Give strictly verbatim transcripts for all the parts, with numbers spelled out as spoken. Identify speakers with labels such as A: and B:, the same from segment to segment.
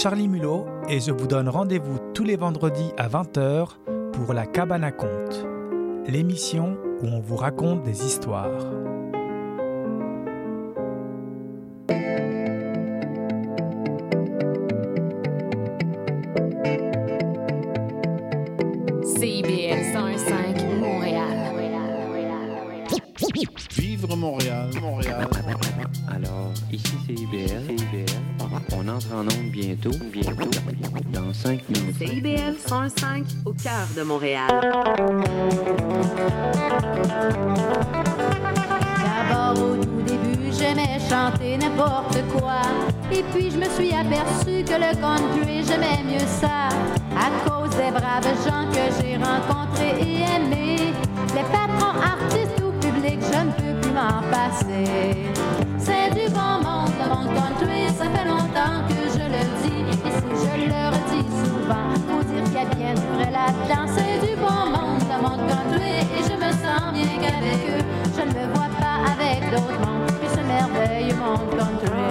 A: Charlie Mulot et je vous donne rendez-vous tous les vendredis à vingt heures pour La Cabane à Contes, l'émission où on vous raconte des histoires.
B: C B L cent un cinq Montréal.
C: Vivre Montréal, Montréal.
D: Alors, ici c'est I B L. C I B L. On entre en onde bientôt, bientôt, dans cinq minutes.
E: C I B L cent un cinq au cœur de Montréal.
F: D'abord au tout début, j'aimais chanter n'importe quoi. Et puis je me suis aperçu que le country, j'aimais mieux ça. À cause des braves gens que j'ai rencontrés et aimés. Les patrons, artistes ou publics, je ne peux plus m'en passer. C'est du bon monde, le monde country, ça fait longtemps que je le dis. Et si je le redis souvent, faut dire qu'il y a bien du vrai là-dedans. C'est du bon monde, le monde country, et je me sens bien qu'avec eux, je ne me vois pas avec d'autres mondes que ce merveilleux monde country.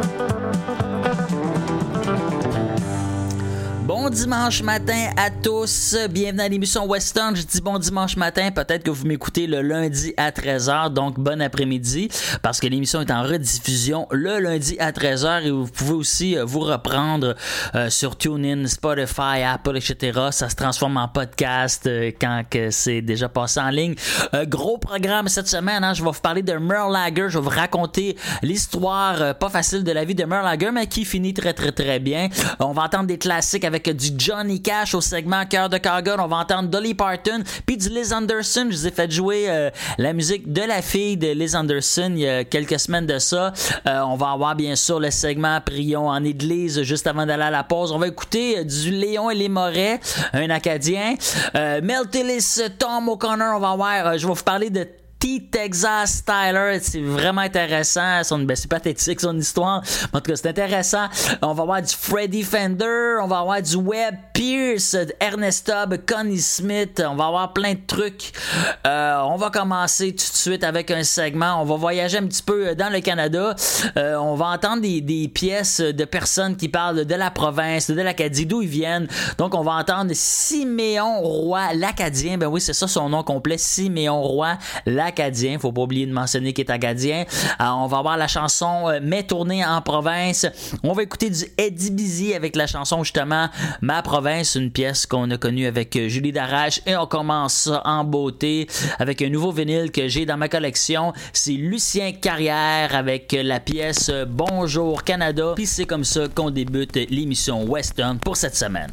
G: Bon dimanche matin à tous, bienvenue à l'émission Western. Je dis bon dimanche matin, peut-être que vous m'écoutez le lundi à treize heures, donc bon après-midi, parce que l'émission est en rediffusion le lundi à treize heures et vous pouvez aussi vous reprendre euh, sur TuneIn, Spotify, Apple, et cetera. Ça se transforme en podcast euh, quand que c'est déjà passé en ligne. Euh, gros programme cette semaine, hein, je vais vous parler de Merle Lager, je vais vous raconter l'histoire euh, pas facile de la vie de Merle Lager, mais qui finit très très très bien. On va entendre des classiques avec du Johnny Cash au segment Cœur de Cowgirl. On va entendre Dolly Parton puis du Liz Anderson. Je vous ai fait jouer euh, la musique de la fille de Liz Anderson il y a quelques semaines de ça. Euh, on va avoir bien sûr le segment Prions en église juste avant d'aller à la pause. On va écouter euh, du Léon et les Morais, un Acadien. Euh, Mel Tillis, Tom O'Connor. On va avoir, euh, je vais vous parler de T. Texas Tyler, c'est vraiment intéressant. Son, ben, c'est pathétique son histoire. En tout cas, c'est intéressant. On va avoir du Freddie Fender, on va avoir du Webb Pierce, Ernest Tubb, Connie Smith. On va avoir plein de trucs. Euh, on va commencer tout de suite avec un segment. On va voyager un petit peu dans le Canada. Euh, on va entendre des, des pièces de personnes qui parlent de la province, de l'Acadie, d'où ils viennent. Donc, on va entendre Siméon Roy, l'Acadien. Ben oui, c'est ça son nom complet, Siméon Roy, l'Acadien. Acadien, faut pas oublier de mentionner qu'il est acadien. Alors, on va avoir la chanson euh, Mais tournée en province. On va écouter du Eddie Busy avec la chanson justement Ma province, une pièce qu'on a connue avec euh, Julie Darache. Et on commence ça en beauté avec un nouveau vinyle que j'ai dans ma collection. C'est Lucien Carrière avec euh, la pièce euh, Bonjour Canada. Puis c'est comme ça qu'on débute l'émission Western pour cette semaine.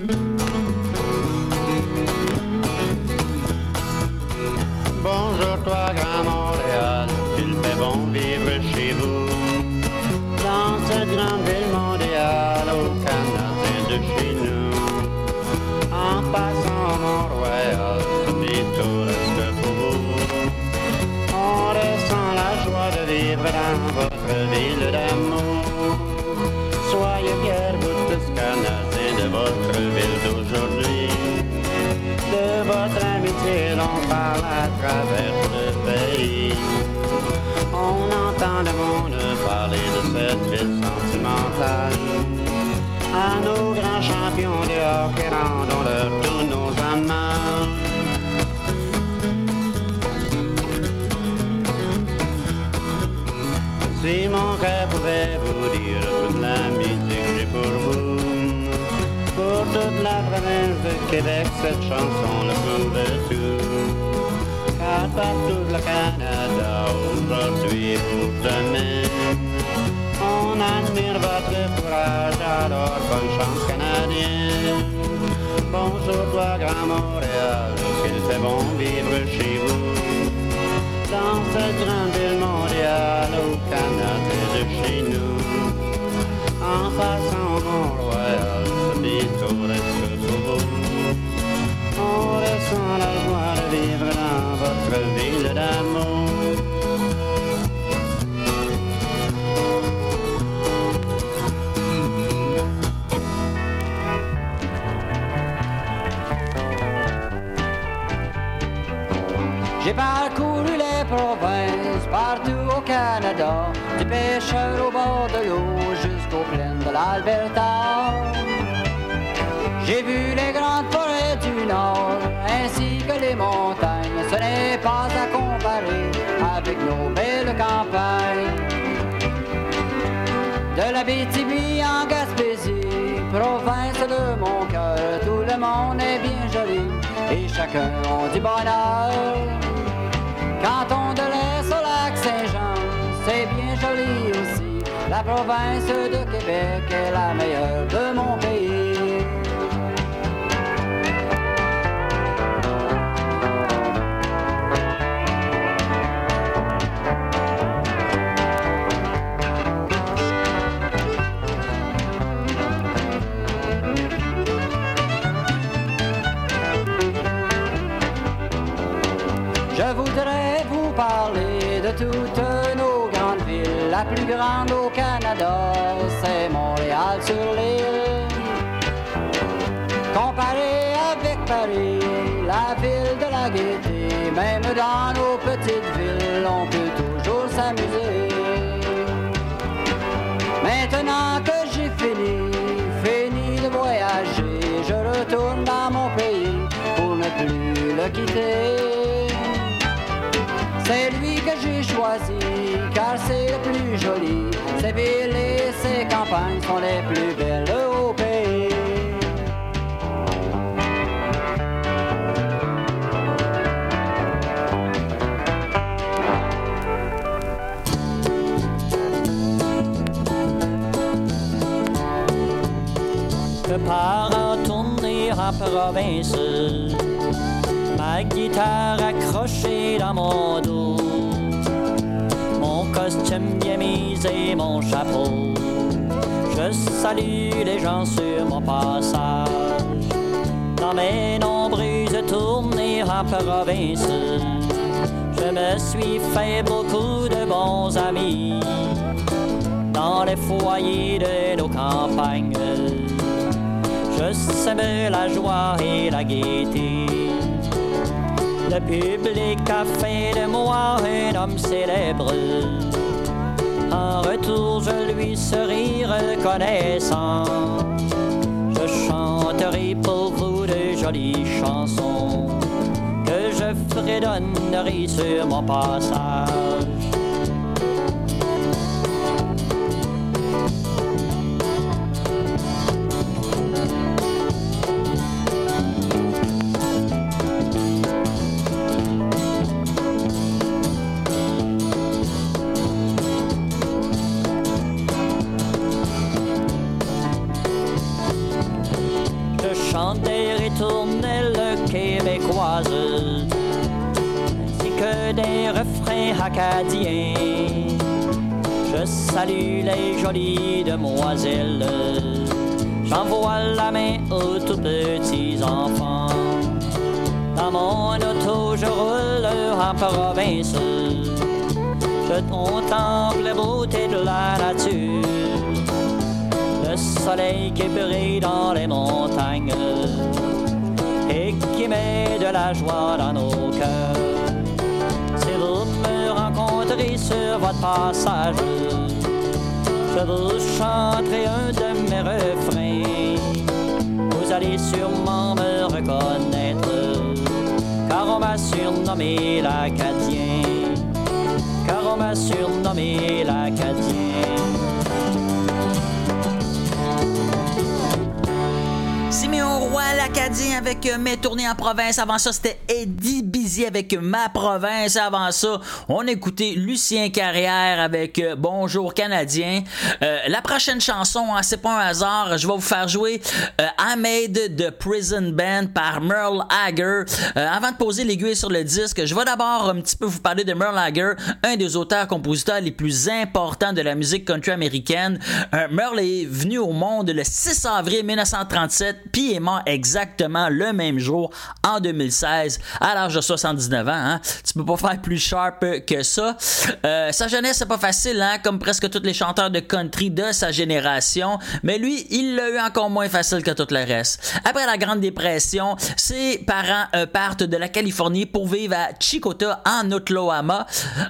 H: Bonjour toi, Grand Montréal, il fait bon vivre chez vous. Dans cette grande ville mondiale, au Canada de chez nous. En passant à Mont-Royal, c'est tout reste pour vous. On ressent la joie de vivre dans votre ville d'amour. Soyez fiers, vous tous Canadiens, de votre ville d'aujourd'hui. De votre amitié, l'on parle à travers le pays. On entend le monde parler de cette ville sentimentale. À nos grands champions de hockey, rendons-leur tous nos amants. Si mon cœur pouvait vous dire toute la musique que j'ai pour vous. Pour toute la province de Québec, cette chanson le prouve tout. Car partout le Canada, aujourd'hui et pour demain, on admire votre courage, alors bonne chance canadienne. Bonjour toi, Grand Montréal, qu'il fait bon vivre chez vous. Dans cette grande ville mondiale, au Canada de chez nous. En passant au Mont-Royal, tout reste pour vous. On ressent la joie de vivre dans votre ville d'amour.
I: J'ai parcouru les provinces partout au Canada, du pêcheur au bord de l'eau jusqu'aux plaines de l'Alberta. l'Abitibi en Gaspésie, province de mon cœur, tout le monde est bien joli et chacun a du bonheur. Canton de l'Est au lac Saint-Jean, c'est bien joli aussi. La province de Québec est la meilleure de mon pays. Je voudrais vous parler de toutes nos grandes villes. La plus grande au Canada, c'est Montréal sur l'île. Comparé avec Paris, la ville de la gaieté, même dans nos petites villes, on peut toujours s'amuser. Maintenant que j'ai fini, fini de voyager, je retourne dans mon pays pour ne plus le quitter. C'est lui que j'ai choisi, car c'est le plus joli. Ses villes et ses campagnes sont les plus belles au pays.
J: Je pars en tournée en province, ma guitare accrochée dans mon dos, mon costume bien mis et mon chapeau. Je salue les gens sur mon passage. Dans mes nombreuses tournées en province, je me suis fait beaucoup de bons amis. Dans les foyers de nos campagnes, je sème la joie et la gaieté. Le public a fait de moi un homme célèbre. En retour, je lui serai reconnaissant. Je chanterai pour vous de jolies chansons que je fredonnerai sur mon passage. Des ritournelles québécoises ainsi que des refrains acadiens. Je salue les jolies demoiselles, j'envoie la main aux tout petits enfants. Dans mon auto je roule en province, je contemple la beauté de la nature. Le soleil qui brille dans les montagnes et qui met de la joie dans nos cœurs. Si vous me rencontrez sur votre passage, je vous chanterai un de mes refrains. Vous allez sûrement me reconnaître, car on m'a surnommé l'Acadien. Car on m'a surnommé l'Acadien.
G: Siméon Roy, l'Acadien avec euh, mes tournées en province. Avant ça, c'était Eddie Bizy avec Ma province. Avant ça, on écoutait Lucien Carrière avec euh, Bonjour Canadien. Euh, la prochaine chanson, hein, c'est pas un hasard, je vais vous faire jouer euh, I Made the Prison Band par Merle Haggard. Euh, avant de poser l'aiguille sur le disque, je vais d'abord un petit peu vous parler de Merle Haggard, un des auteurs-compositeurs les plus importants de la musique country américaine. Euh, Merle est venu au monde le six avril dix-neuf cent trente-sept, puis est mort exactement le même jour en deux mille seize à l'âge de soixante-dix-neuf ans. Hein? Tu peux pas faire plus sharp que ça. Euh, sa jeunesse, c'est pas facile, hein? Comme presque tous les chanteurs de country de sa génération, mais lui, il l'a eu encore moins facile que tout le reste. Après la Grande Dépression, ses parents euh, partent de la Californie pour vivre à Chicota en Oklahoma.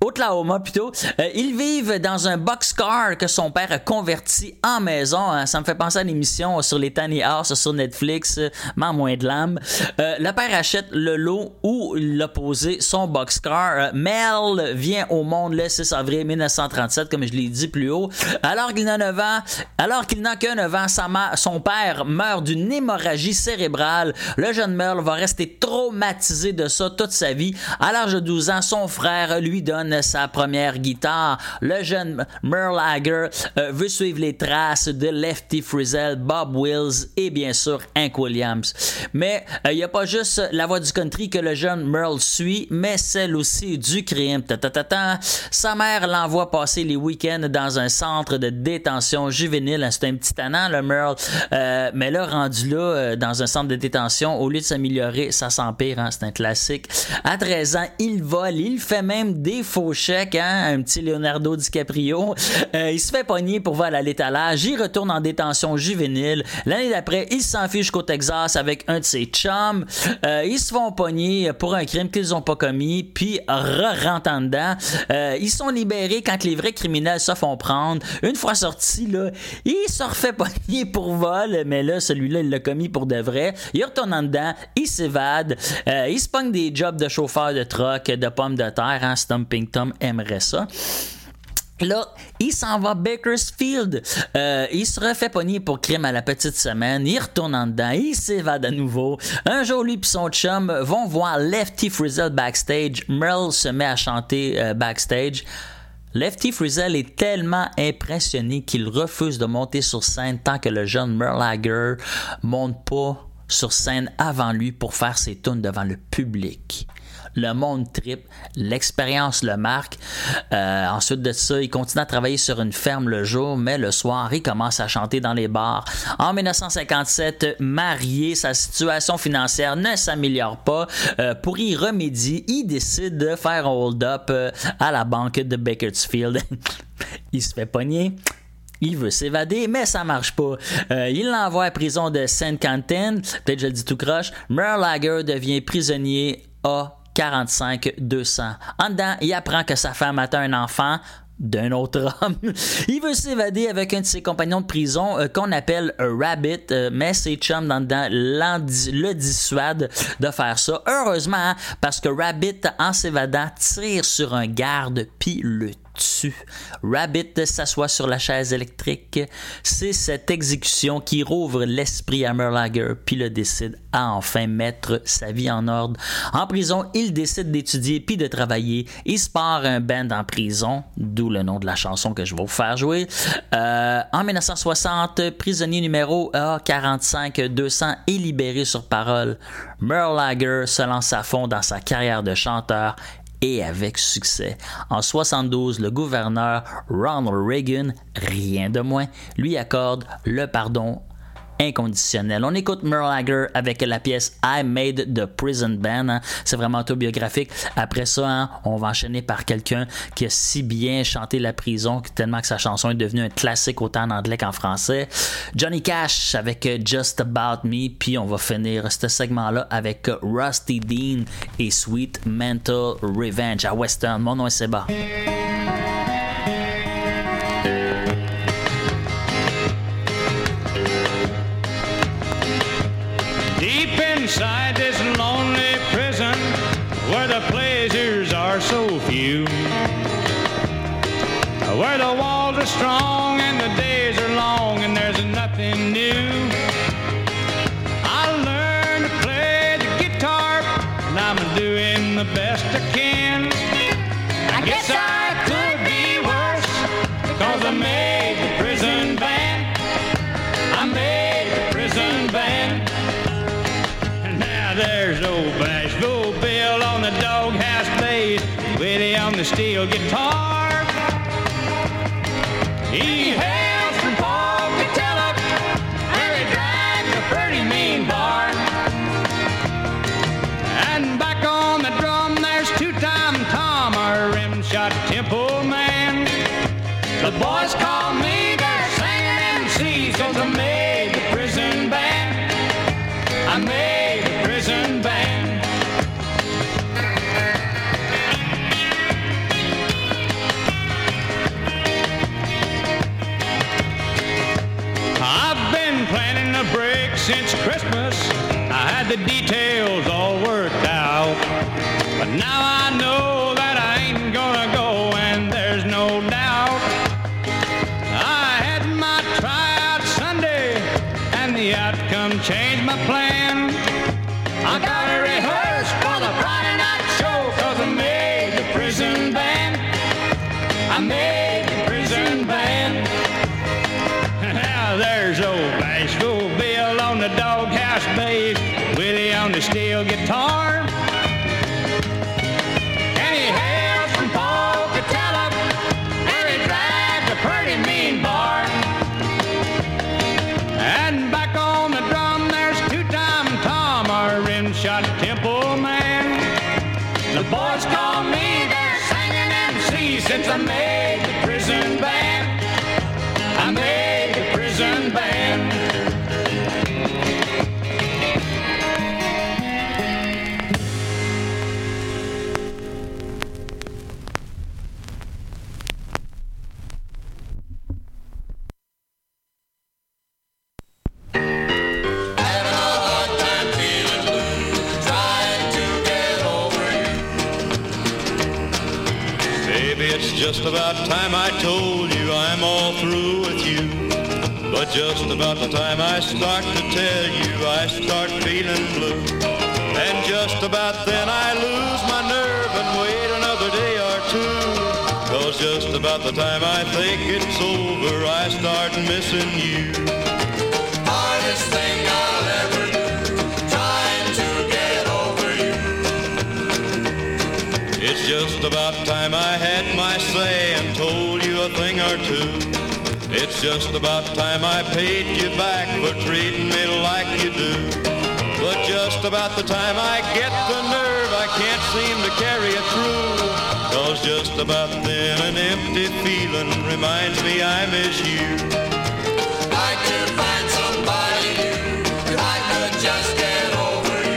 G: Oklahoma plutôt. Euh, ils vivent dans un boxcar que son père a converti en maison. Hein. Ça me fait penser à l'émission sur les Tiny House sur Netflix, euh, mais moins de l'âme. Euh, le père achète le lot où il a posé son boxcar. Euh, Mel vient au monde le six avril dix-neuf cent trente-sept, comme je l'ai dit plus haut. Alors qu'il n'a neuf ans, alors qu'il n'a que neuf ans, sa mère, son père meurt d'une hémorragie cérébrale. Le jeune Merle va rester traumatisé de ça toute sa vie. À l'âge de douze ans, son frère lui donne sa première guitare. Le jeune Merle Haggard euh, veut suivre les traces de Lefty Frizzell, Bob Wills et bien sûr Hank Williams. Mais il euh, n'y a pas juste la voix du country que le jeune Merle suit, mais celle aussi du crime. Ta-ta-ta-ta. Sa mère l'envoie passer les week-ends dans un centre de détention juvénile. C'est un petit tannant, le Merle. Euh, mais là, rendu là, euh, dans un centre de détention, au lieu de s'améliorer, ça s'empire. Hein? C'est un classique. À treize ans, il vole. Il fait même des faux chèques. Hein? Un petit Leonardo DiCaprio. Euh, il se fait pogner pour vol à l'étalage. Il retourne en détention juvénile. L'année d'après, il s'enfuit jusqu'au Texas avec un de ses chums. Euh, ils se font pogner pour un crime qu'ils n'ont pas commis, puis re-rentrent en dedans. Euh, ils sont libérés quand les vrais criminels se font prendre. Une fois sortis, là, il se refait pogner pour vol, mais là, celui-là, il l'a commis pour de vrai. Il retourne en dedans, il s'évade, euh, il se pogne des jobs de chauffeur de truck, de pommes de terre, hein, Stumping Tom aimerait ça. Là, il s'en va à Bakersfield. Euh, il se refait pogner pour crime à la petite semaine. Il retourne en dedans. Il s'évade à nouveau. Un jour, lui et son chum vont voir Lefty Frizzell backstage. Merle se met à chanter euh, backstage. Lefty Frizzell est tellement impressionné qu'il refuse de monter sur scène tant que le jeune Merle Haggard monte pas sur scène avant lui pour faire ses tunes devant le public. Le monde tripe, l'expérience le marque. Euh, ensuite de ça, il continue à travailler sur une ferme le jour, mais le soir, il commence à chanter dans les bars. En dix-neuf cent cinquante-sept, marié, sa situation financière ne s'améliore pas. Euh, pour y remédier, il décide de faire un hold-up euh, à la banque de Bakersfield. Il se fait pogner. Il veut s'évader, mais ça marche pas. Euh, il l'envoie à la prison de Saint Quentin. Peut-être je le dis tout croche. Merle Haggard devient prisonnier à quarante-cinq deux cents. En dedans, il apprend que sa femme a un enfant d'un autre homme. Il veut s'évader avec un de ses compagnons de prison euh, qu'on appelle Rabbit, euh, mais ses chums dans dedans le dissuadent de faire ça. Heureusement, hein, parce que Rabbit, en s'évadant, tire sur un garde puis le tue. Rabbit s'assoit sur la chaise électrique. C'est cette exécution qui rouvre l'esprit à Merle Haggard puis le décide à enfin mettre sa vie en ordre. En prison, il décide d'étudier puis de travailler. Il se part un band en prison, d'où le nom de la chanson que je vais vous faire jouer. Euh, en dix-neuf cent soixante, prisonnier numéro A quarante-cinq deux cents est libéré sur parole. Merle Haggard se lance à fond dans sa carrière de chanteur et avec succès. En soixante-douze, le gouverneur Ronald Reagan, rien de moins, lui accorde le pardon inconditionnel. On écoute Merle Haggard avec la pièce I Made the Prison Band. Hein. C'est vraiment autobiographique. Après ça, hein, on va enchaîner par quelqu'un qui a si bien chanté la prison tellement que sa chanson est devenue un classique autant en anglais qu'en français. Johnny Cash avec Just About Me. Puis on va finir ce segment-là avec Rusty Dean et Sweet Mental Revenge à Western. Mon nom est Seba.
K: Inside this lonely prison where the pleasures are so few, where the walls are strong and the days are long and there's nothing new, I learned to play the guitar and I'm doing the best I can. I guess I could be worse because I made the prison band. I made the prison band. There's old Bashful Bill on the doghouse bass, Willie on the steel guitar. He hails from Pocatello, where he drives a pretty mean bar. And back on the drum there's Two-Time Tom, our rim-shot temple man. The boys call me their singing M Cs, 'cause I made the prison band. I made prison band. since Christmas. I had the details all worked out. But now I know that I ain't gonna go, and there's no doubt. I had my tryout Sunday, and the outcome changed my plan. I gotta rehearse for the Friday night show, cause I made the prison band. I made the prison band. Now there's old Bashful Bill on the doghouse bass, Willie on the steel guitar. And he hails from Pocatello, and he drives a pretty mean bar. And back on the drum there's two-time Tom, our rim-shot Temple man. The boys call me their singing M C since I made the prison band. I made the prison band.
L: Just about time I told you I'm all through with you. But just about the time I start to tell you I start feeling blue. And just about then I lose my nerve and wait another day or two. Cause just about the time I think it's over I start missing you. Hardest thing I'll ever do, trying to get over you. It's just about time I had my say and told you a thing or two. It's just about time I paid you back for treating me like you do. But just about the time I get the nerve I can't seem to carry it through. Cause just about then an empty feeling reminds me I miss you. Like to find somebody new, if I could just get over you.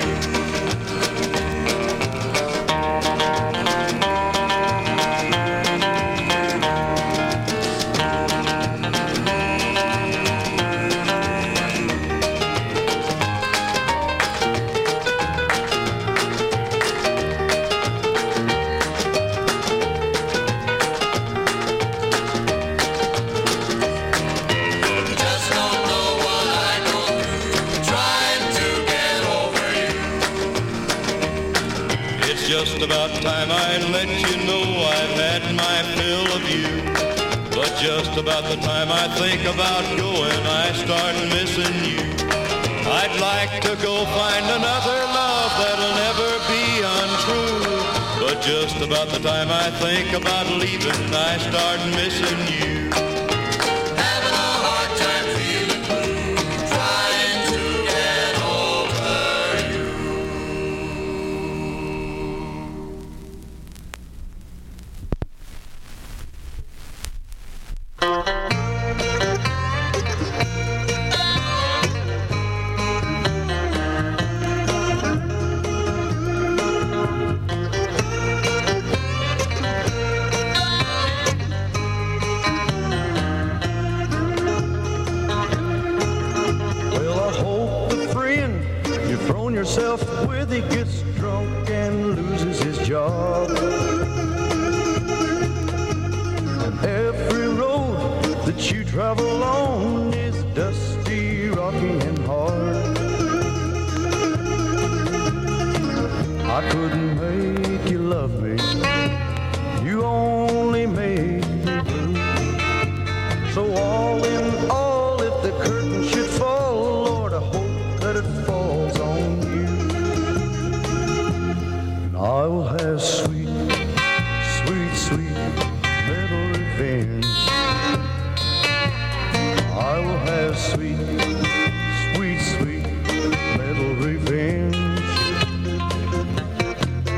L: Just about time I let you know I've had my fill of you. But just about the time I think about going, I start missing you. I'd like to go find another love that'll never be untrue. But just about the time I think about leaving, I start missing you. Having a hard time feeling blue, trying to get over you.
M: Yourself with he gets drunk and loses his job. And every road that you travel on is dusty, rocky, and hard. I couldn't make you love me, you only made me blue. So all in all, if the curtain should fall, Lord, I hope that it falls on you. I will have sweet, sweet, sweet little revenge. I will have sweet, sweet, sweet little revenge.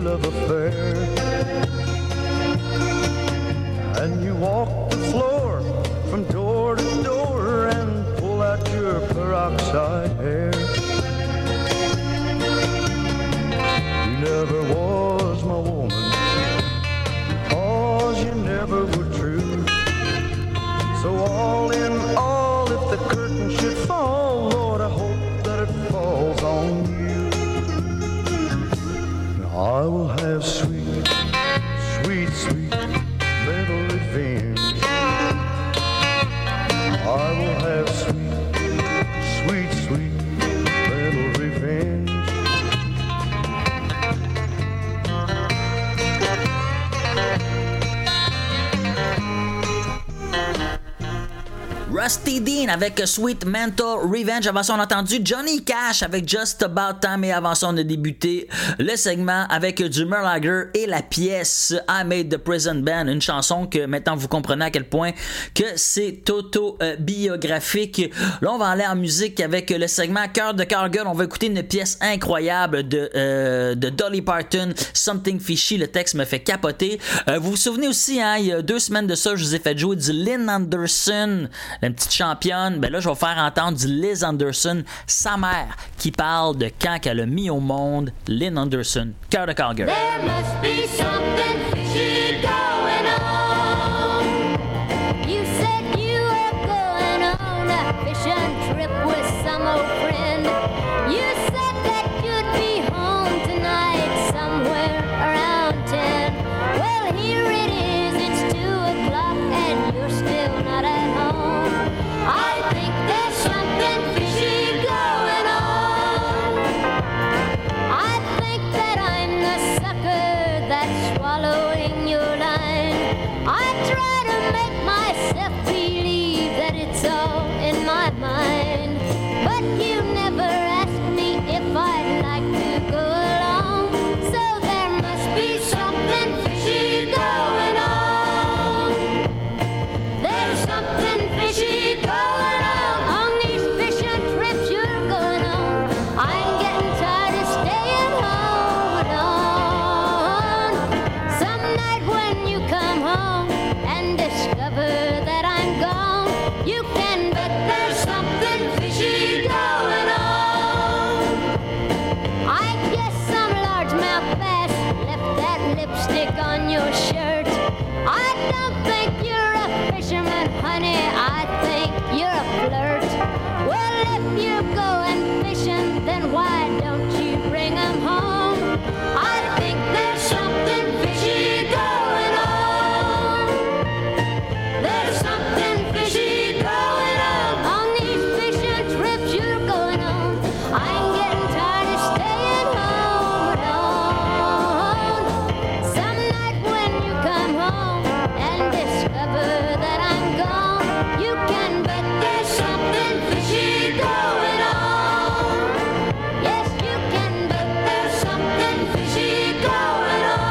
M: love affair. And you walk the floor from door to door and pull out your peroxide hair. You never was my woman, 'cause you never were true. So all in all, if the curtain should fall, Lord, I hope that it falls on you. I will have sweet, sweet, sweet little revenge. I will have sweet, sweet, sweet little revenge.
G: Rusty Dean avec Sweet Mental Revenge. Avant ça, on a entendu Johnny Cash avec Just About Time. Et avant ça, on a débuté le segment avec du Merle Haggard et la pièce I Made the Prison Band. Une chanson que maintenant vous comprenez à quel point que c'est autobiographique. Là, on va aller en musique avec le segment Cœur de Cowgirl. On va écouter une pièce incroyable de, euh, de Dolly Parton, Something Fishy. Le texte me fait capoter. Euh, vous vous souvenez aussi, hein, il y a deux semaines de ça, je vous ai fait jouer du Lynn Anderson, une petite championne. Ben là, je vais vous faire entendre du Liz Anderson, sa mère, qui parle de quand qu'elle a mis au monde Lynn Anderson. Cœur de Cowgirl.
F: There must be something fishy going on. You said you were going on a fishing trip with some old friend. You said that you'd be home tonight somewhere around ten. Well, here it is, it's two o'clock and you're still not at home. I think there's something fishy going on. I think that I'm the sucker that's swallowing your line. I try to make myself believe that it's all in my mind, but you never ask me if I'd like to go along. So there must be something fishy going on. There's something fishy going on on these fishing trips you're going on. I'm getting tired of staying home alone. Some night when you come home and discover that I'm gone, you can bet there's something fishy going on. I guess some largemouth bass left that lipstick on your shirt. I don't think you're a fisherman, honey. I think you're a flirt. Well, if you're going fishing, then why don't you bring 'em home? I think there's something fishy going on. There's something fishy going on on these fishing trips you're going on. I'm getting tired of staying home alone. Some night when you come home and discover that I'm gone, you can bet there's something fishy going on. Yes, you can bet there's something fishy going on.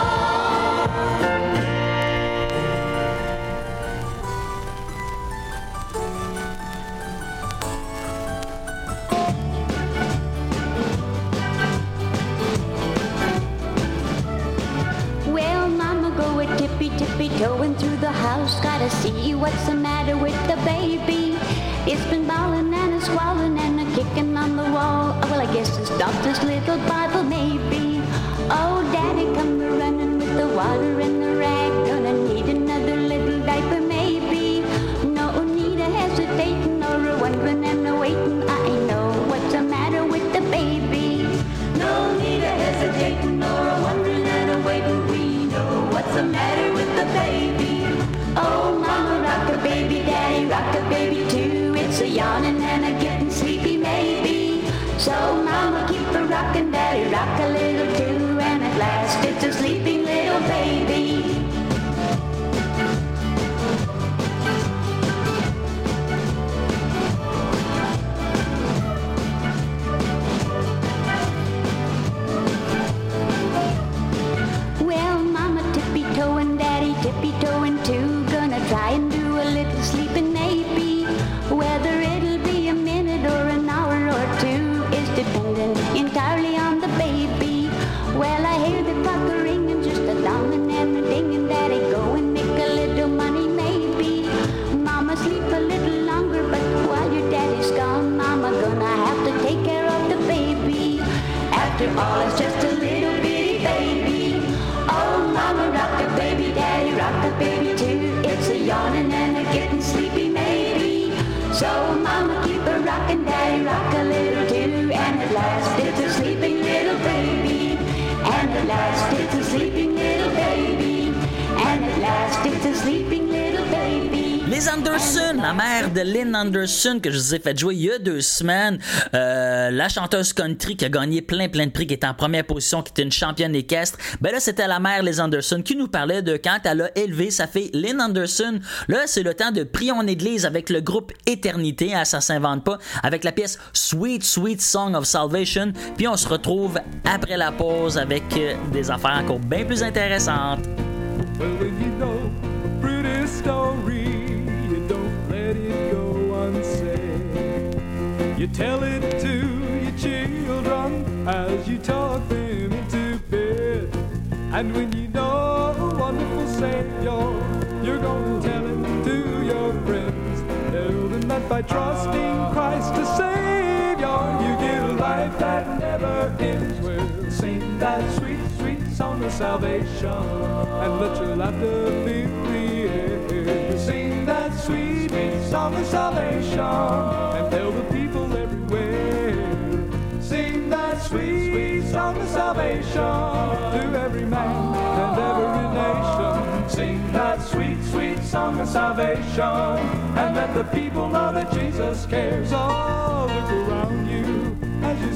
F: Well, Mama, go a tippy tippy toeing through the house. Gotta see what's the matter with the baby. It's been bawling and a squalling and a kicking on the wall. Oh, well, I guess it's doctor's little Bible, maybe. Oh, Daddy, come running with the water and the rag. Gonna need another little diaper, maybe. No need a hesitating or a wondering and a waiting. I know what's the matter with the baby. No need a hesitating or a wondering and a waiting. We know what's the matter with the baby. Oh, Mama, rock a baby, Daddy, rock a baby too. It's a yawning and a getting sleepy, maybe. So, Mama, keep a rockin', Daddy, rock a little too. And at last last it's a sleeping little baby. And at last it's a sleeping little baby.
G: Les Anderson, la mère de Lynn Anderson, que je vous ai fait jouer il y a deux semaines, euh, la chanteuse country qui a gagné plein plein de prix, qui est en première position, qui était une championne équestre. Ben là, c'était la mère, les Anderson, qui nous parlait de quand elle a élevé sa fille Lynn Anderson. Là, c'est le temps de prier en église avec le groupe Éternité, hein, ça s'invente pas, avec la pièce Sweet Sweet Song of Salvation. Puis on se retrouve après la pause avec euh, des affaires encore bien plus intéressantes.
N: Well, when you know a pretty story, you don't let it go unsaid. You tell it to your children as you talk them into bed. And when you know a wonderful Savior, you're gonna tell it to your friends. Tell them that by trusting Christ as Savior, you get a life that never ends. Well, sing that sweet, sweet song of salvation and let your laughter fill the air. Sing that sweet, sweet song of salvation and tell the people everywhere. Sing that sweet, sweet song of salvation to every man and every nation. Sing that sweet, sweet song of salvation and let the people know that Jesus cares. Oh, look around you as you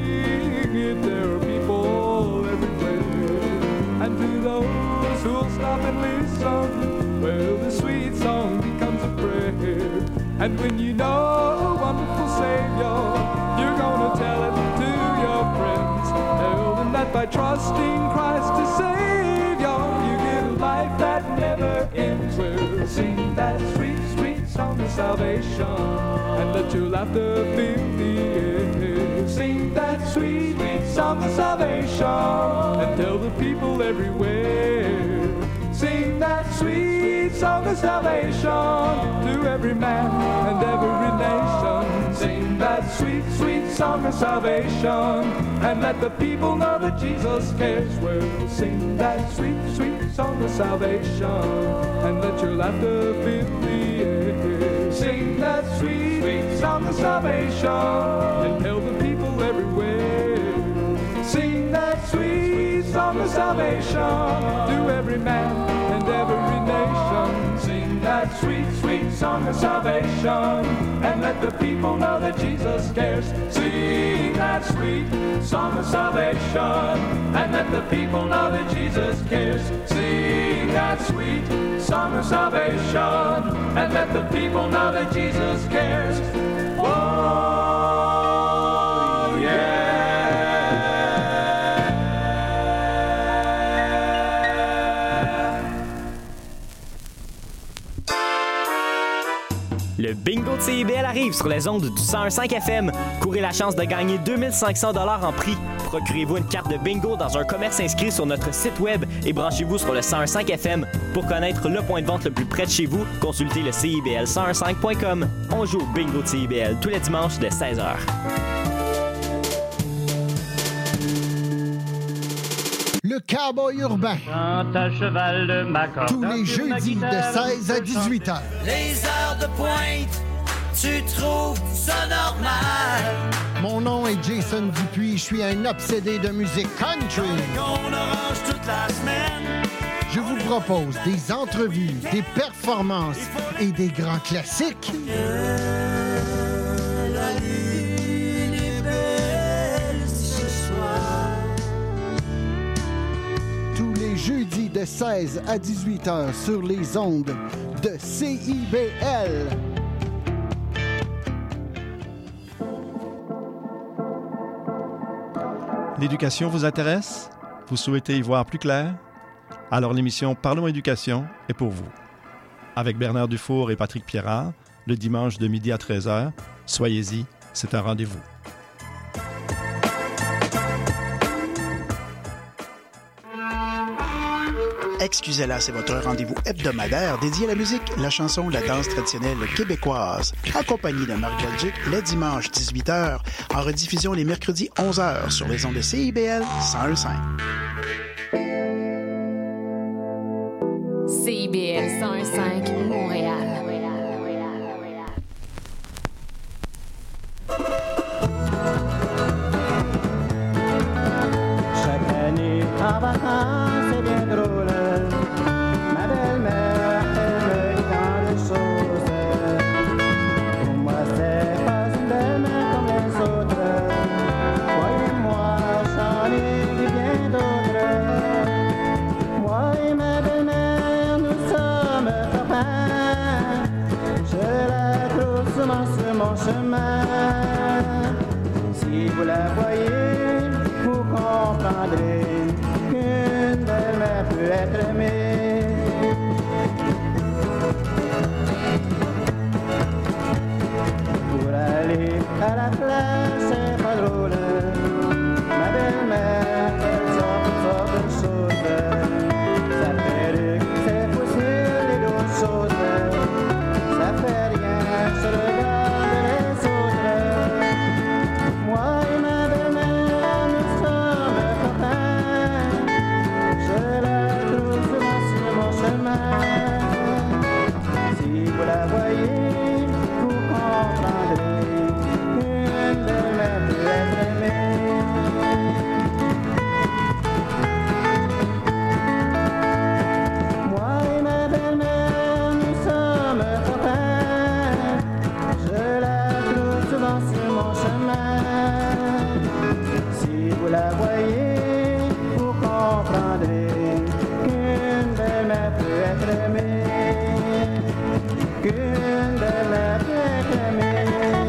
N: sing it. There are people everywhere, and to those who'll stop and listen, well, the sweet song becomes a prayer. And when you know a wonderful Savior, you're gonna tell it to your friends. Tell them that by trusting Christ as Savior, you get a life that never ends. Well, sing that sweet, sweet song of salvation and let your laughter fill the air. Sing that sweet, sweet song of salvation and tell the people everywhere. Sing that sweet song of salvation to every man and every nation. Sing that sweet, sweet song of salvation and let the people know that Jesus cares. Well, sing that sweet, sweet song of salvation and let your laughter fill the air. Sing that sweet, sweet song of salvation and tell the people everywhere. Sing that sweet song of salvation to every man and every nation. Sing that sweet, sweet song of salvation and let the people know that Jesus cares. Sing that sweet song of salvation and let the people know that Jesus cares. Sing that sweet song of salvation and let the people know that Jesus cares. Oh, yeah.
O: Le bingo de C I B L arrive sur les ondes du cent un virgule cinq F M. Courez la chance de gagner deux mille cinq cents dollars en prix. Procurez-vous une carte de bingo dans un commerce inscrit sur notre site web et branchez-vous sur le cent un virgule cinq F M. Pour connaître le point de vente le plus près de chez vous, consultez le C I B L cent un virgule cinq point com. On joue au bingo de C I B L tous les dimanches dès seize heures.
P: Le cowboy urbain.
H: Chante à cheval de ma corde.
P: Tous les jeudis de seize à dix-huit heures.
Q: Les heures de pointe, tu trouves ça normal?
P: Mon nom est Jason Dupuis, je suis un obsédé de musique country.
Q: On orange toute la semaine.
P: Je vous propose des entrevues, des performances et des grands classiques.
Q: La lune est belle ce soir.
P: Tous les jeudis de seize à dix-huit heures sur les ondes de C I B L.
C: L'éducation vous intéresse? Vous souhaitez y voir plus clair? Alors l'émission Parlons éducation est pour vous. Avec Bernard Dufour et Patrick Pierrard, le dimanche de midi à treize heures, soyez-y, c'est un rendez-vous.
R: Excusez-la, c'est votre rendez-vous hebdomadaire dédié à la musique, la chanson, la danse traditionnelle québécoise. Accompagné de Marc Belgique, les dimanches dix-huit heures, en rediffusion les mercredis onze heures sur les ondes de C I B L cent un virgule cinq.
B: C I B L cent un virgule cinq, Montréal.
J: Chaque année, avant
I: vacances, c'est bien drôle. Ma belle-mère, elle me dit tant de choses. Pour moi, c'est pas une belle-mère comme les autres. Croyez-moi, j'en ai vu bien d'autres. Moi et ma belle-mère, nous sommes copains. Je la trouve souvent sur mon chemin. Si vous la voyez, vous comprendrez qu'une belle-mère peut être aimée. Pour aller à la plage, c'est pas drôle. Ma belle-mère, elle sort toutes sortes de choses. Sa perruque, ses fossiles et d'autres choses. Ça fait rien, je regarde les autres. Moi et ma belle-mère, nous sommes copains. Je la trouve souvent sur mon chemin. Si vous la voyez, vous comprendrez qu'une belle-mère peut être aimée. Moi et ma belle-mère, nous sommes copains. Je la trouve souvent sur mon chemin. Si vous la voyez, vous comprendrez qu'une belle-mère peut être aimée. Qu'une belle-mère peut être aimée.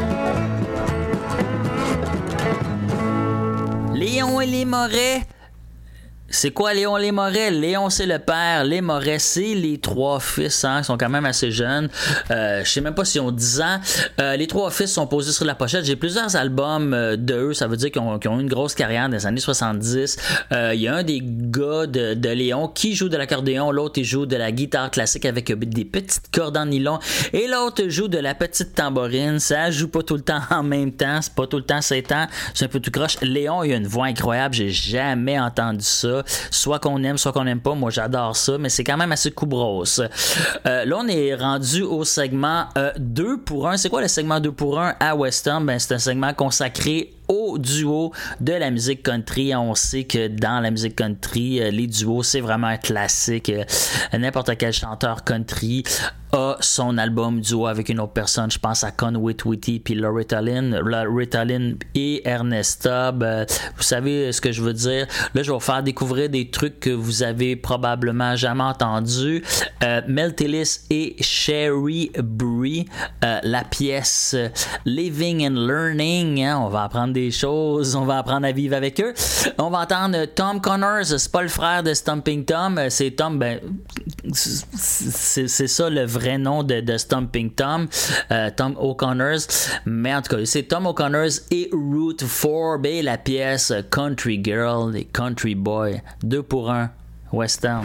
G: Léon et les Morais. C'est quoi Léon les Morais? Léon, c'est le père. Les Morais, c'est les trois fils. Hein, ils sont quand même assez jeunes. Euh, je sais même pas s'ils ont dix ans. Euh, les trois fils sont posés sur la pochette. J'ai plusieurs albums euh, de eux. Ça veut dire qu'ils ont, qu'ils ont eu une grosse carrière dans les années soixante-dix. Euh, il y a un des gars de, de Léon qui joue de l'accordéon. L'autre, il joue de la guitare classique avec des petites cordes en nylon. Et l'autre joue de la petite tambourine. Ça joue pas tout le temps en même temps. C'est pas tout le temps sept ans. C'est un peu tout croche. Léon, il a une voix incroyable. J'ai jamais entendu ça. Soit qu'on aime, soit qu'on n'aime pas. Moi, j'adore ça, mais c'est quand même assez coubrosse. Euh, là, on est rendu au segment euh, deux pour un. C'est quoi le segment deux pour un à Western? Ben, c'est un segment consacré au duo de la musique country. On sait que dans la musique country, euh, les duos, c'est vraiment un classique. Euh, n'importe quel chanteur country a son album duo avec une autre personne. Je pense à Conway Twitty puis Loretta Lynn, Loretta Lynn et Ernest Tubb. Euh, vous savez ce que je veux dire? Là, je vais vous faire découvrir des trucs que vous avez probablement jamais entendus. Euh, Mel Tillis et Sherry Bree, euh, la pièce Living and Learning. Hein, on va apprendre des choses, on va apprendre à vivre avec eux. On va entendre Tom Connors, c'est pas le frère de Stomping Tom, c'est Tom, ben, c'est, c'est ça le vrai nom de, de Stomping Tom, euh, Tom O'Connors, mais en tout cas, c'est Tom O'Connors et Ruth Forbes et la pièce Country Girl et Country Boy, deux pour un, Western.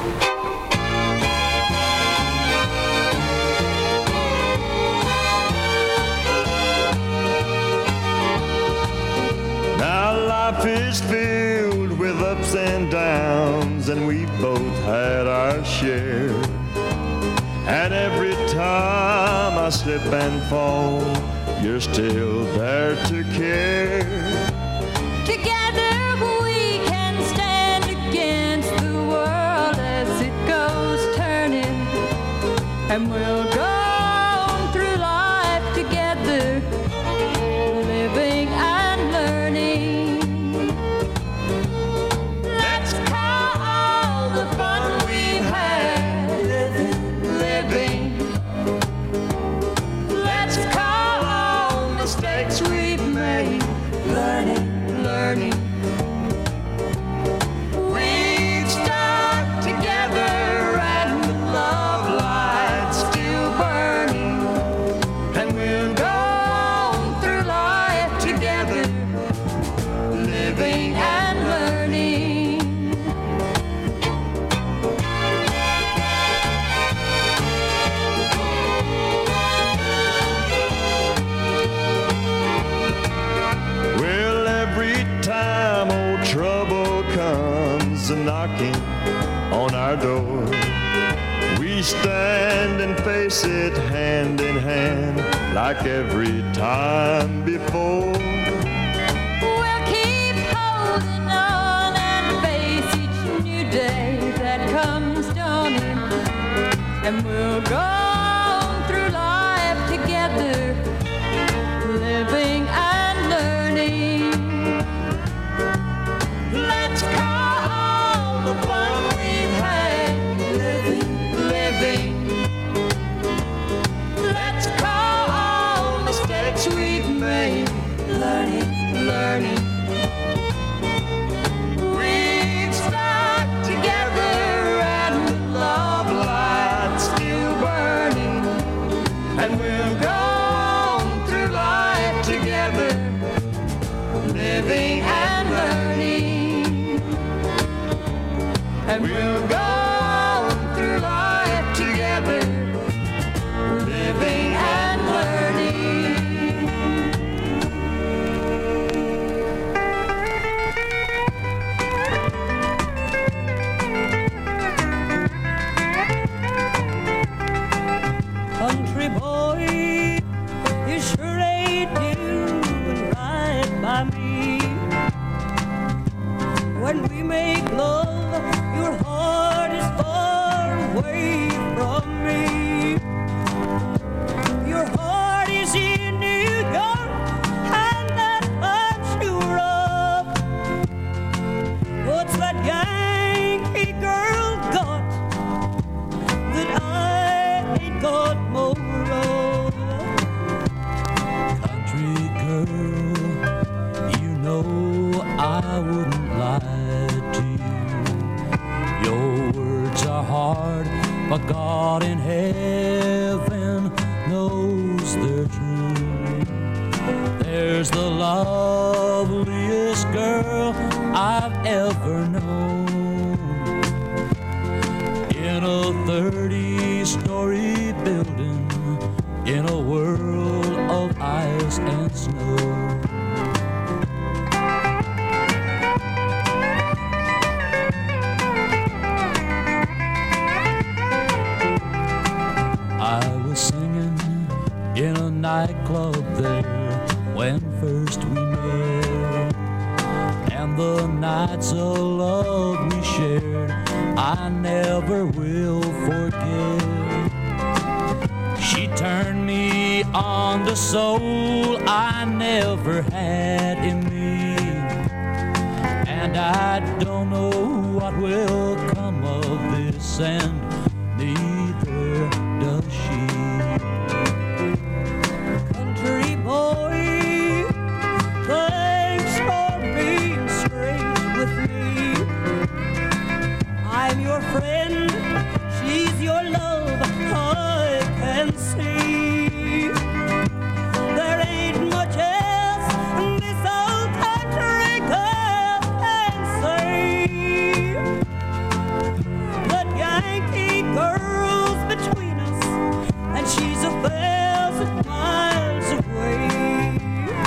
L: Life is filled with ups and downs, and we both had our share. And every time I slip and fall, you're still there to care.
F: Together we can stand against the world as it goes turning, and we'll go on through life together, living and learning.
Q: We've stuck together and the love light's still burning, and we'll go on through life together, living and learning.
L: Well, every time old trouble comes knocking on our door, we stand and face it hand in hand like every time before.
F: We'll keep holding on and face each comes dawning, and we'll go through life together, living and learning. Let's call the fun we've had, living, living. Let's call mistakes we've made, learning, learning. We've stuck together and love light still burning, and we'll go through life together, living and learning. And we'll go through life together, living and learning. Country boy, you sure ain't doing right by me. When we make love, your heart is far away from me. Your heart is in New York, and that I'm sure of. What's that Yankee girl got that I ain't got more of?
S: Country girl, you know I wouldn't lie to you. Your words are hard, but God in heaven knows they're true. There's the loveliest girl I've ever known in a thirty-story building in a world of ice and snow. I was singing in a nightclub there when first we met, and the nights of love we shared I never will forget. She turned me on to soul I never had in me, and I don't know what will come of this, and neither does she.
F: Country boy, thanks for being straight with me. I'm your friend, she's your love, I can see. There ain't much else this old country girl can say. That Yankee girl's between us, and she's a thousand miles away.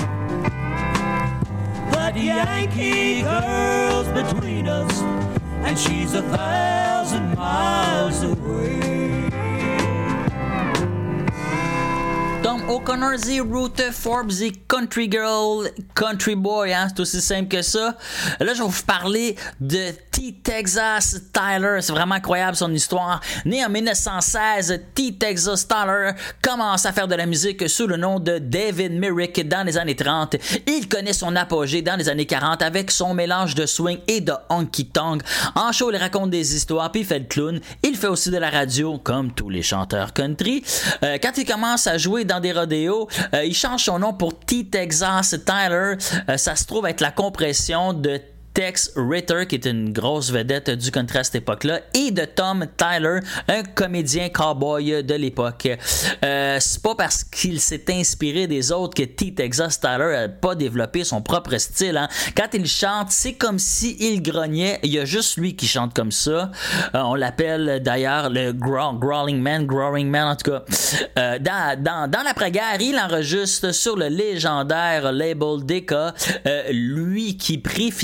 F: That Yankee girl's between us, and she's a thousand miles away.
G: Tom O'Connor, The Route Forbes, The Country Girl, Country Boy, hein? C'est aussi simple que ça. Là, je vais vous parler de T. Texas Tyler. C'est vraiment incroyable son histoire. Né en dix-neuf cent seize, T. Texas Tyler commence à faire de la musique sous le nom de David Merrick dans les années trente. Il connaît son apogée dans les années quarante avec son mélange de swing et de honky-tonk. En show, il raconte des histoires puis il fait le clown. Il fait aussi de la radio, comme tous les chanteurs country. Euh, quand il commence à jouer dans des rodéos, euh, il change son nom pour T. Texas Tyler. Euh, ça se trouve être la compression de Tex Ritter, qui est une grosse vedette du country à cette époque-là, et de Tom Tyler, un comédien cowboy de l'époque. Euh, c'est pas parce qu'il s'est inspiré des autres que T. Texas Tyler n'a pas développé son propre style. Hein. Quand il chante, c'est comme s'il grognait. Il y a juste lui qui chante comme ça. Euh, on l'appelle d'ailleurs le growl, Growling Man, Growling Man en tout cas. Euh, dans, dans, dans l'après-guerre, il enregistre sur le légendaire label Decca, euh, lui qui préfigura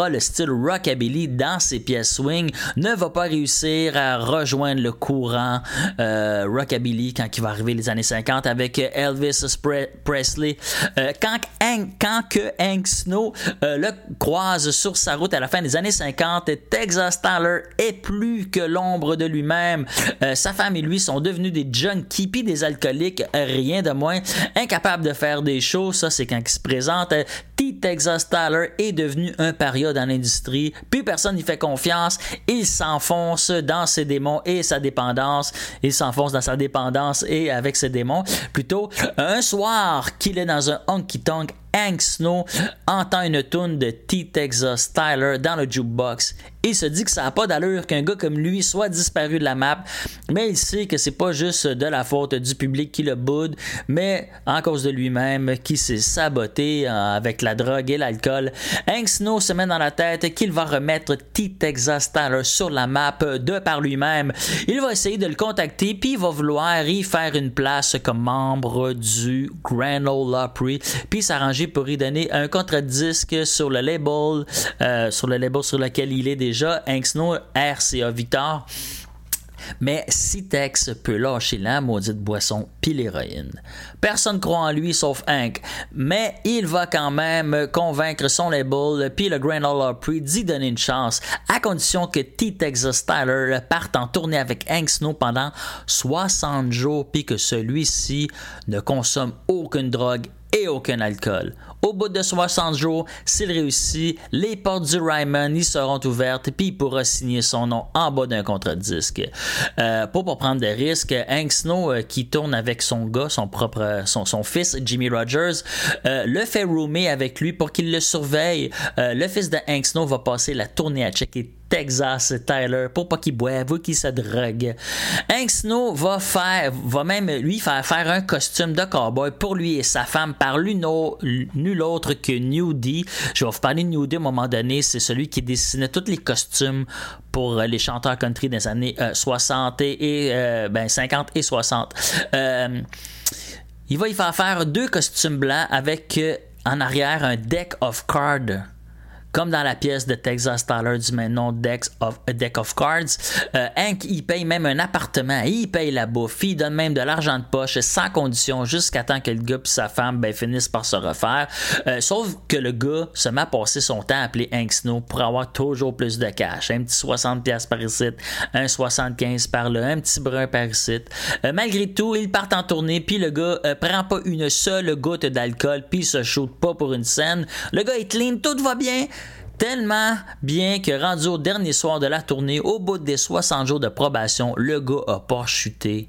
G: aura le style rockabilly dans ses pièces swing, ne va pas réussir à rejoindre le courant euh, rockabilly quand il va arriver les années cinquante avec Elvis Presley. Euh, quand, Hank, quand que Hank Snow euh, le croise sur sa route à la fin des années cinquante, Texas Tyler est plus que l'ombre de lui-même. Euh, sa femme et lui sont devenus des junkies puis des alcooliques, rien de moins. Incapables de faire des shows, ça c'est quand il se présente. T. Texas Tyler est devenu un paria dans l'industrie, puis personne n'y fait confiance. Il s'enfonce dans ses démons et sa dépendance. Il s'enfonce dans sa dépendance et avec ses démons. Plutôt, un soir qu'il est dans un honky-tonk, Hank Snow entend une toune de T. Texas Tyler dans le jukebox. Il se dit que ça n'a pas d'allure qu'un gars comme lui soit disparu de la map, mais il sait que c'est pas juste de la faute du public qui le boude, mais en cause de lui-même qui s'est saboté avec la drogue et l'alcool. Hank Snow se met dans la tête qu'il va remettre T. Texas Tyler sur la map de par lui-même. Il va essayer de le contacter puis il va vouloir y faire une place comme membre du Grand Ole Opry puis s'arranger pour y donner un contre-disque sur le label euh, sur le label sur lequel il est déjà, Hank Snow, R C A Victor. Mais si Tex peut lâcher la maudite boisson pis l'héroïne. Personne croit en lui sauf Hank, mais il va quand même convaincre son label puis le Grand Ole Opry d'y donner une chance, à condition que T. Texas Tyler parte en tournée avec Hank Snow pendant soixante jours puis que celui-ci ne consomme aucune drogue et aucun alcool. Au bout de soixante jours, s'il réussit, les portes du Ryman y seront ouvertes puis il pourra signer son nom en bas d'un contre-disque. Euh, pour pas prendre de risques, Hank Snow, euh, qui tourne avec son gars, son propre, son, son fils, Jimmy Rogers, euh, le fait roomer avec lui pour qu'il le surveille. Euh, le fils de Hank Snow va passer la tournée à checker Texas Tyler pour pas qu'il boive ou qu'il se drogue. Hank Snow va faire, va même lui faire faire un costume de cowboy pour lui et sa femme par l'une nul autre que Nudie. Je vais vous parler de Nudie à un moment donné. C'est celui qui dessinait tous les costumes pour les chanteurs country des années euh, soixante et euh, ben cinquante et soixante. Euh, il va y faire faire deux costumes blancs avec euh, en arrière un deck of cards. Comme dans la pièce de Texas Tyler du même nom, Deck of, Deck of Cards. Euh, Hank, il paye même un appartement, il paye la bouffe, il donne même de l'argent de poche sans condition jusqu'à temps que le gars et sa femme ben, finissent par se refaire. Euh, sauf que le gars se met à passer son temps à appeler Hank Snow pour avoir toujours plus de cash. Un petit soixante dollars par ici, un soixante-quinze par là, un petit brun par ici. Euh, malgré tout, ils partent en tournée, puis le gars euh, prend pas une seule goutte d'alcool, puis il se shoot pas pour une scène. Le gars est clean, tout va bien. Tellement bien que rendu au dernier soir de la tournée, au bout des soixante jours de probation, le gars a pas chuté.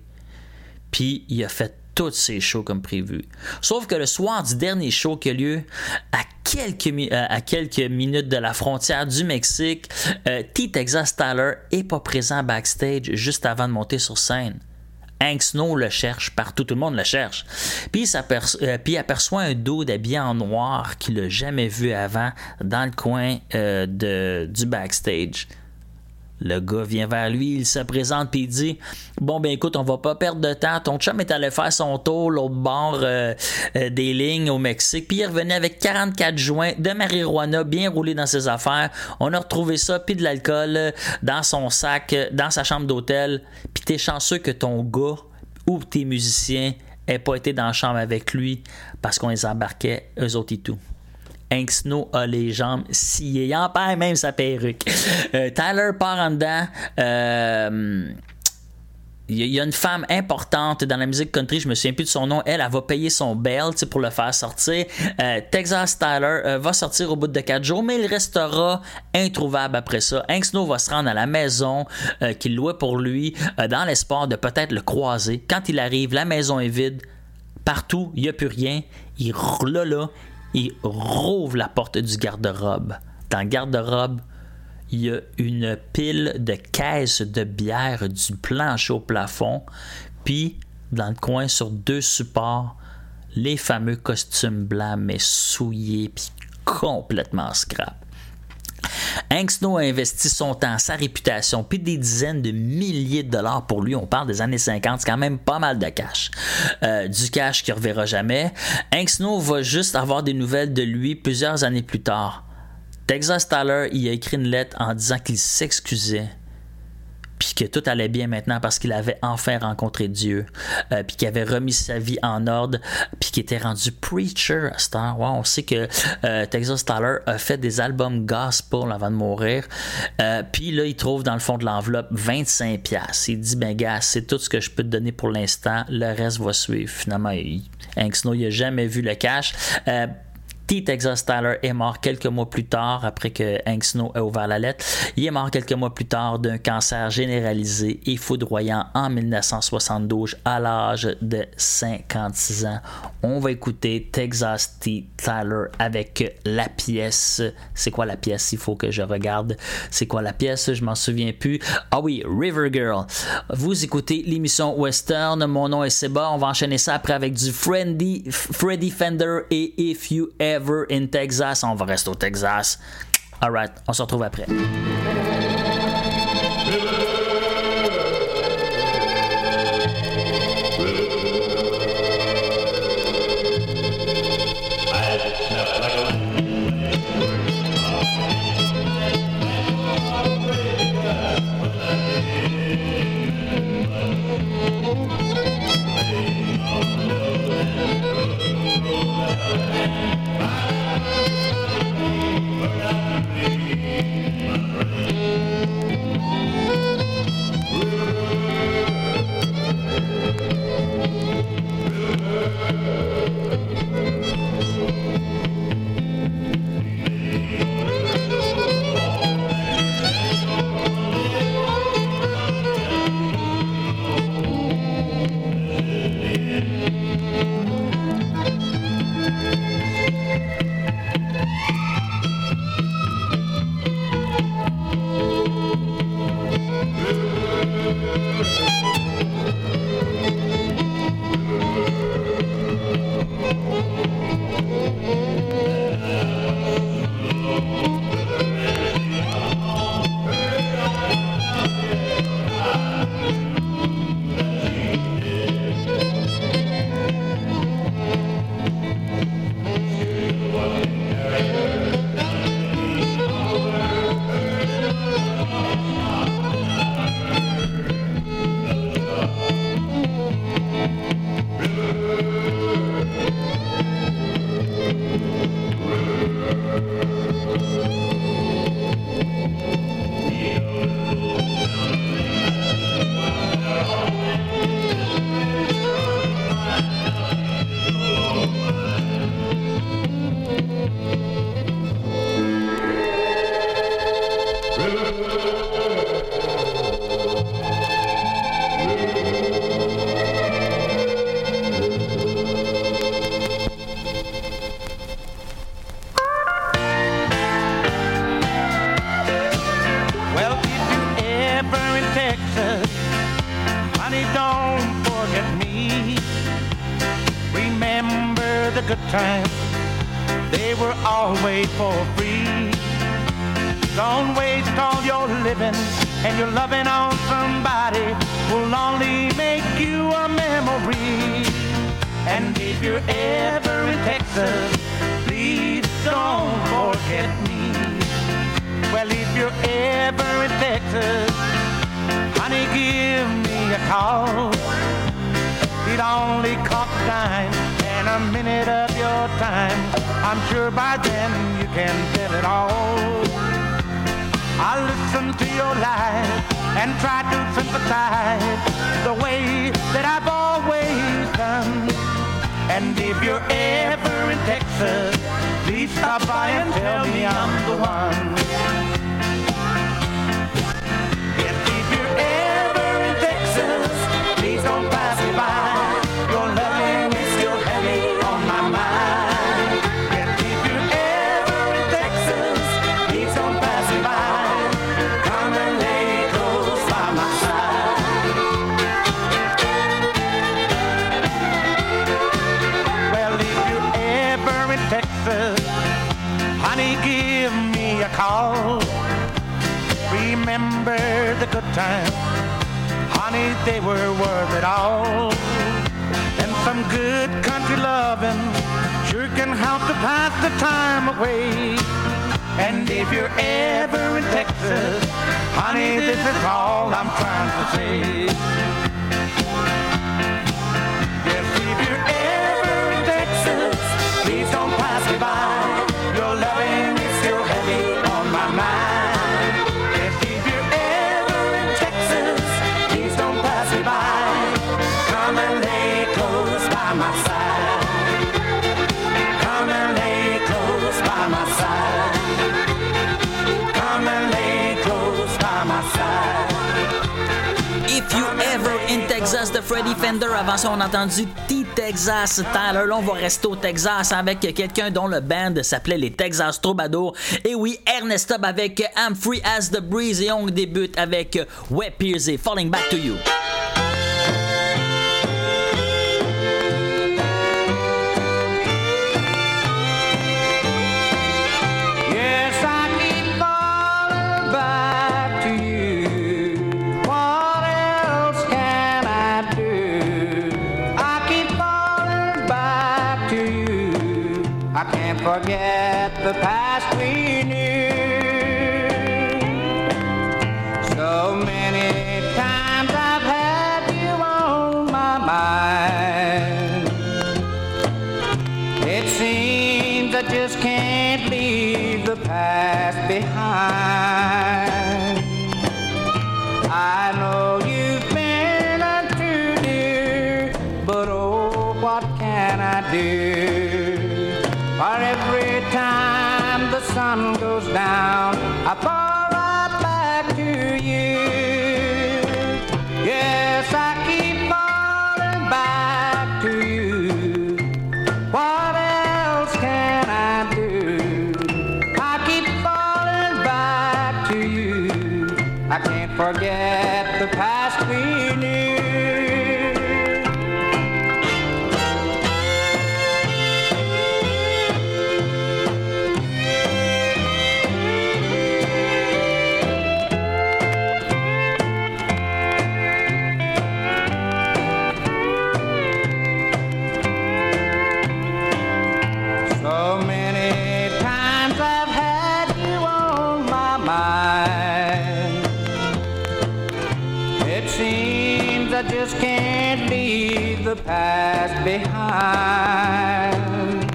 G: Puis il a fait tous ses shows comme prévu. Sauf que le soir du dernier show qui a lieu à quelques, à quelques minutes de la frontière du Mexique, euh, T. Texas Tyler est pas présent backstage juste avant de monter sur scène. Hank Snow le cherche partout, tout le monde le cherche. Puis il s'aperçoit, euh, puis il aperçoit un dude habillé en noir qu'il n'a jamais vu avant dans le coin euh, de, du backstage. Le gars vient vers lui, il se présente puis il dit « Bon ben écoute, on va pas perdre de temps, ton chum est allé faire son tour l'autre bord euh, euh, des lignes au Mexique, puis il revenait avec quarante-quatre joints de marijuana bien roulés dans ses affaires, on a retrouvé ça puis de l'alcool dans son sac, dans sa chambre d'hôtel, puis t'es chanceux que ton gars ou tes musiciens aient pas été dans la chambre avec lui parce qu'on les embarquait eux autres et tout. » Hank Snow a les jambes sciées. Il en perd même sa perruque. Euh, Tyler part en dedans. Euh, il y a une femme importante dans la musique country, je me souviens plus de son nom. Elle, elle va payer son bail pour le faire sortir. Euh, Texas Tyler euh, va sortir au bout de quatre jours, mais il restera introuvable après ça. Hank Snow va se rendre à la maison euh, qu'il louait pour lui euh, dans l'espoir de peut-être le croiser. Quand il arrive, la maison est vide. Partout, il n'y a plus rien. Il là, là. Il rouvre la porte du garde-robe. Dans le garde-robe, il y a une pile de caisses de bière du plancher au plafond. Puis, dans le coin, sur deux supports, les fameux costumes blancs, mais souillés, puis complètement scrap. Hank Snow a investi son temps, sa réputation, puis des dizaines de milliers de dollars pour lui. On parle des années cinquante, c'est quand même pas mal de cash. Euh, du cash qu'il ne reverra jamais. Hank Snow va juste avoir des nouvelles de lui plusieurs années plus tard. Texas Tyler, il a écrit une lettre en disant qu'il s'excusait, puis que tout allait bien maintenant parce qu'il avait enfin rencontré Dieu, euh, puis qu'il avait remis sa vie en ordre, puis qu'il était rendu preacher à cette heure. Ouais, on sait que euh, Texas Tyler a fait des albums gospel avant de mourir, euh, puis là, il trouve dans le fond de l'enveloppe vingt-cinq piastres. Il dit, ben gars, c'est tout ce que je peux te donner pour l'instant, le reste va suivre. Finalement, il, Hank Snow, il n'a jamais vu le cash. Euh, T. Texas Tyler est mort quelques mois plus tard, après que Hank Snow ait ouvert la lettre. Il est mort quelques mois plus tard d'un cancer généralisé et foudroyant en dix-neuf cent soixante-douze à l'âge de cinquante-six ans. On va écouter Texas T. Tyler avec la pièce. C'est quoi la pièce? Il faut que je regarde. C'est quoi la pièce? Je m'en souviens plus. Ah oui, River Girl. Vous écoutez l'émission Western. Mon nom est Seba. On va enchaîner ça après avec du Freddy, Freddy Fender et If You Ever in Texas. On va rester au Texas. Alright, on se retrouve après.
T: time. They were always for free. Don't waste all your living and your loving on somebody who'll only make you a memory. And if you're ever in Texas, please don't forget me. Well, if you're ever in Texas, honey, give me a call. It only costs a dime and a minute of your time. I'm sure by then you can tell it all. I'll listen to your life and try to sympathize the way that I've always done. And if you're ever in Texas, please stop by and tell me I'm the one. Yes, if you're ever in Texas, please don't pass me by. Your loving is still heavy on my mind. Yes, if you're ever in Texas, please don't pass me by. Come and lay close by my side. Well, if you're ever in Texas, honey, give me a call. Remember the good times, honey, they were worth it all. And some good country loving sure can help to pass the time away. And if you're ever in Texas, honey, this is all I'm trying to say. Yes, if you're ever in Texas, please don't pass me by. Your loving is still heavy on my mind. Yes, if you're ever in Texas, please don't pass me by. Come and lay close by my side. Come and lay close by my side. Come and lay close by my side.
G: If You Ever in Texas de Freddie Fender. Avant ça, on a entendu T-Texas Tyler. Là, on va rester au Texas avec quelqu'un dont le band s'appelait les Texas Troubadours. Et oui, Ernest Tubb avec I'm Free as the Breeze. Et on débute avec Webb Pierce et Falling Back to You.
T: Forget the past we knew. So many times I've had you on my mind. It seems I just can't leave the past behind. I know you've been untrue, dear, but oh, what can I do? For every time the sun goes down, I fall right back to you. Yes, I keep falling back to you. What else can I do? I keep falling back to you. I can't forget the past we knew. Just can't leave the past behind.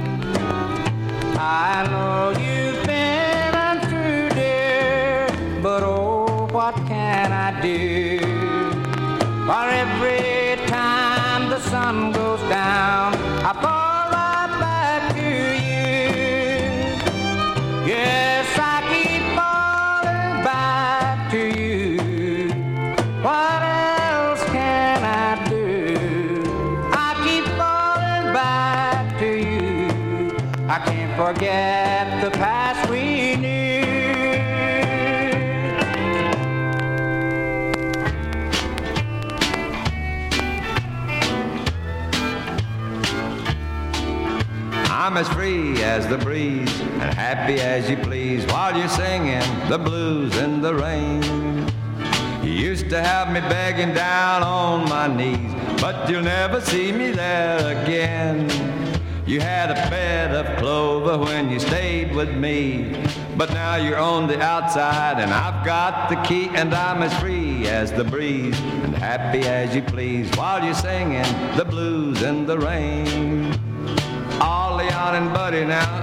T: I know you've been untrue, dear, but oh, what can I do? For every time the sun goes down, I fall right back to you. Yes, I keep falling back to you. What I can't forget the past we knew.
U: I'm as free as the breeze and happy as you please while you're singing the blues in the rain. You used to have me begging down on my knees, but you'll never see me there again. You had a bed of clover when you stayed with me, but now you're on the outside and I've got the key, and I'm as free as the breeze and happy as you please while you're singing the blues in the rain. All Leon and Buddy now.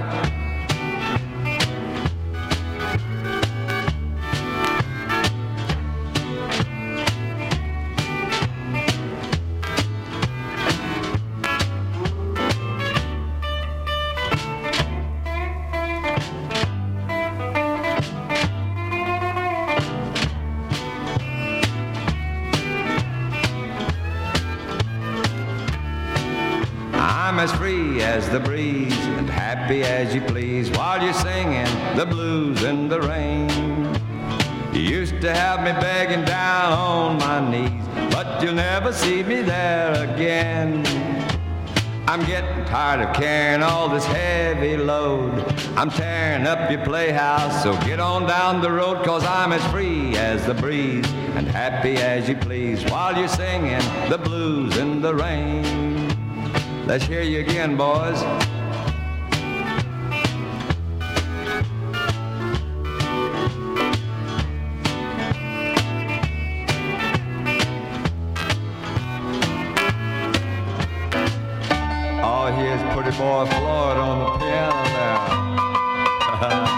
U: I'm as free as the breeze and happy as you please while you're singing the blues in the rain. You used to have me begging down on my knees, but you'll never see me there again. I'm getting tired of carrying all this heavy load. I'm tearing up your playhouse, so get on down the road, 'cause I'm as free as the breeze and happy as you please while you're singing the blues in the rain. Let's hear you again, boys. pretty boy Floyd on the piano now.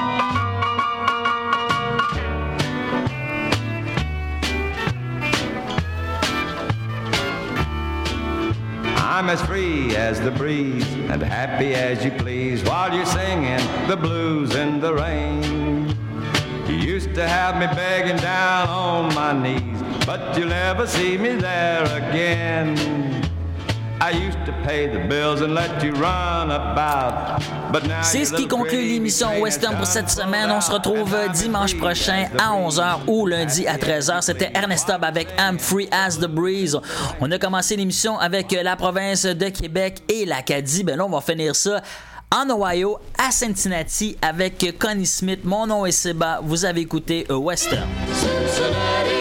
U: I'm as free as the breeze and happy as you please while you're singing the blues in the rain. You used to have me begging down on my knees, but you'll never see me there again. I used to pay the bills and let you run about, but now
G: c'est ce qui conclut l'émission Western pour cette semaine. On se retrouve dimanche prochain à onze heures ou lundi à treize heures. C'était Ernest Tubb avec I'm Free as the Breeze. On a commencé l'émission avec la province de Québec et l'Acadie. Ben là, on va finir ça en Ohio, à Cincinnati, avec Connie Smith. Mon nom est Seba. Vous avez écouté Western.
Q: Cincinnati.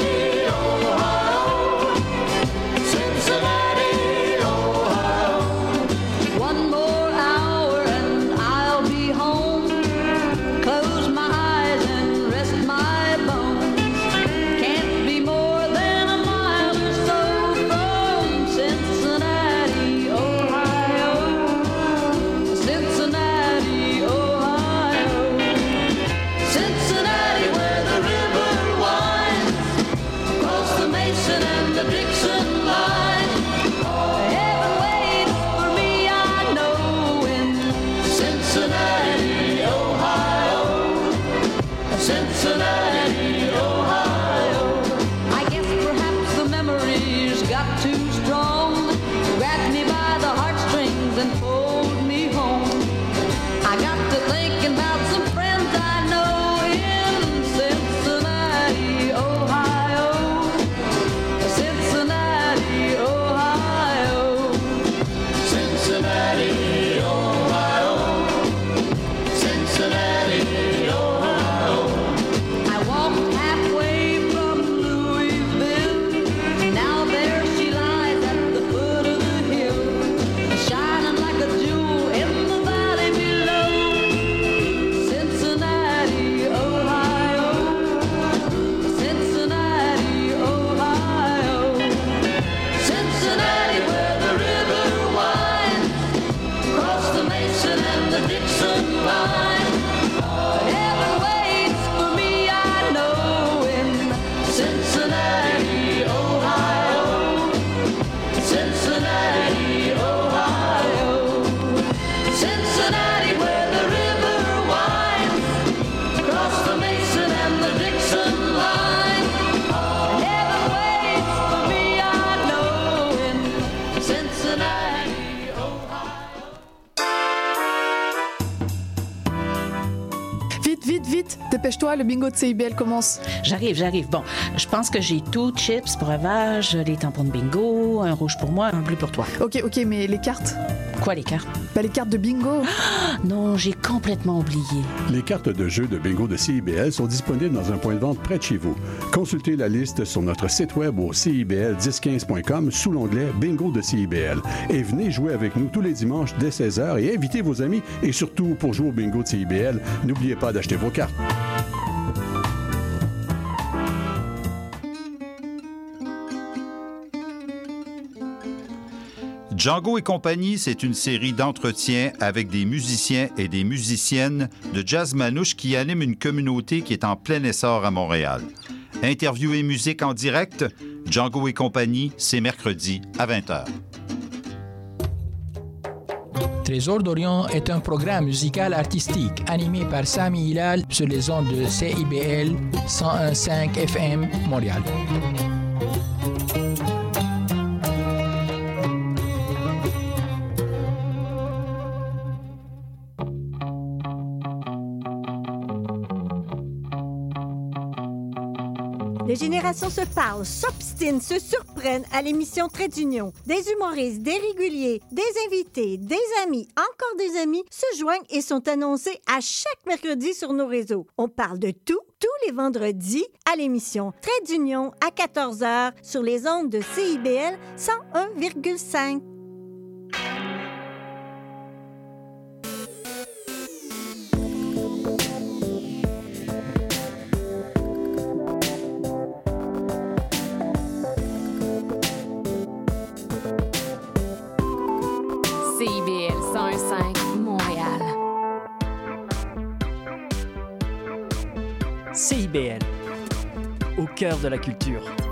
A: Dépêche-toi, le bingo de C I B L commence.
V: J'arrive, j'arrive. Bon, je pense que j'ai tout, chips, breuvage, les tampons de bingo, un rouge pour moi, un bleu pour toi.
A: Ok, ok, mais les cartes?
V: Quoi, les cartes?
A: Ben, les cartes de bingo.
V: Ah, non, j'ai complètement oublié.
W: Les cartes de jeu de bingo de C I B L sont disponibles dans un point de vente près de chez vous. Consultez la liste sur notre site web au C I B L dix quinze point com sous l'onglet Bingo de C I B L. Et venez jouer avec nous tous les dimanches dès seize heures et invitez vos amis. Et surtout, pour jouer au bingo de C I B L, n'oubliez pas d'acheter vos cartes.
X: Django et compagnie, c'est une série d'entretiens avec des musiciens et des musiciennes de jazz manouche qui animent une communauté qui est en plein essor à Montréal. Interview et musique en direct, Django et compagnie, c'est mercredi à vingt heures.
Y: Trésor d'Orient est un programme musical artistique animé par Sami Hilal sur les ondes de C I B L cent un virgule cinq F M Montréal.
Z: Les générations se parlent, s'obstinent, se surprennent à l'émission Trait d'Union. Des humoristes, des réguliers, des invités, des amis, encore des amis se joignent et sont annoncés à chaque mercredi sur nos réseaux. On parle de tout, tous les vendredis à l'émission Trait d'Union à quatorze heures sur les ondes de C I B L cent un virgule cinq.
B: C I B L cent un virgule cinq
D: C I B L, au cœur de la culture.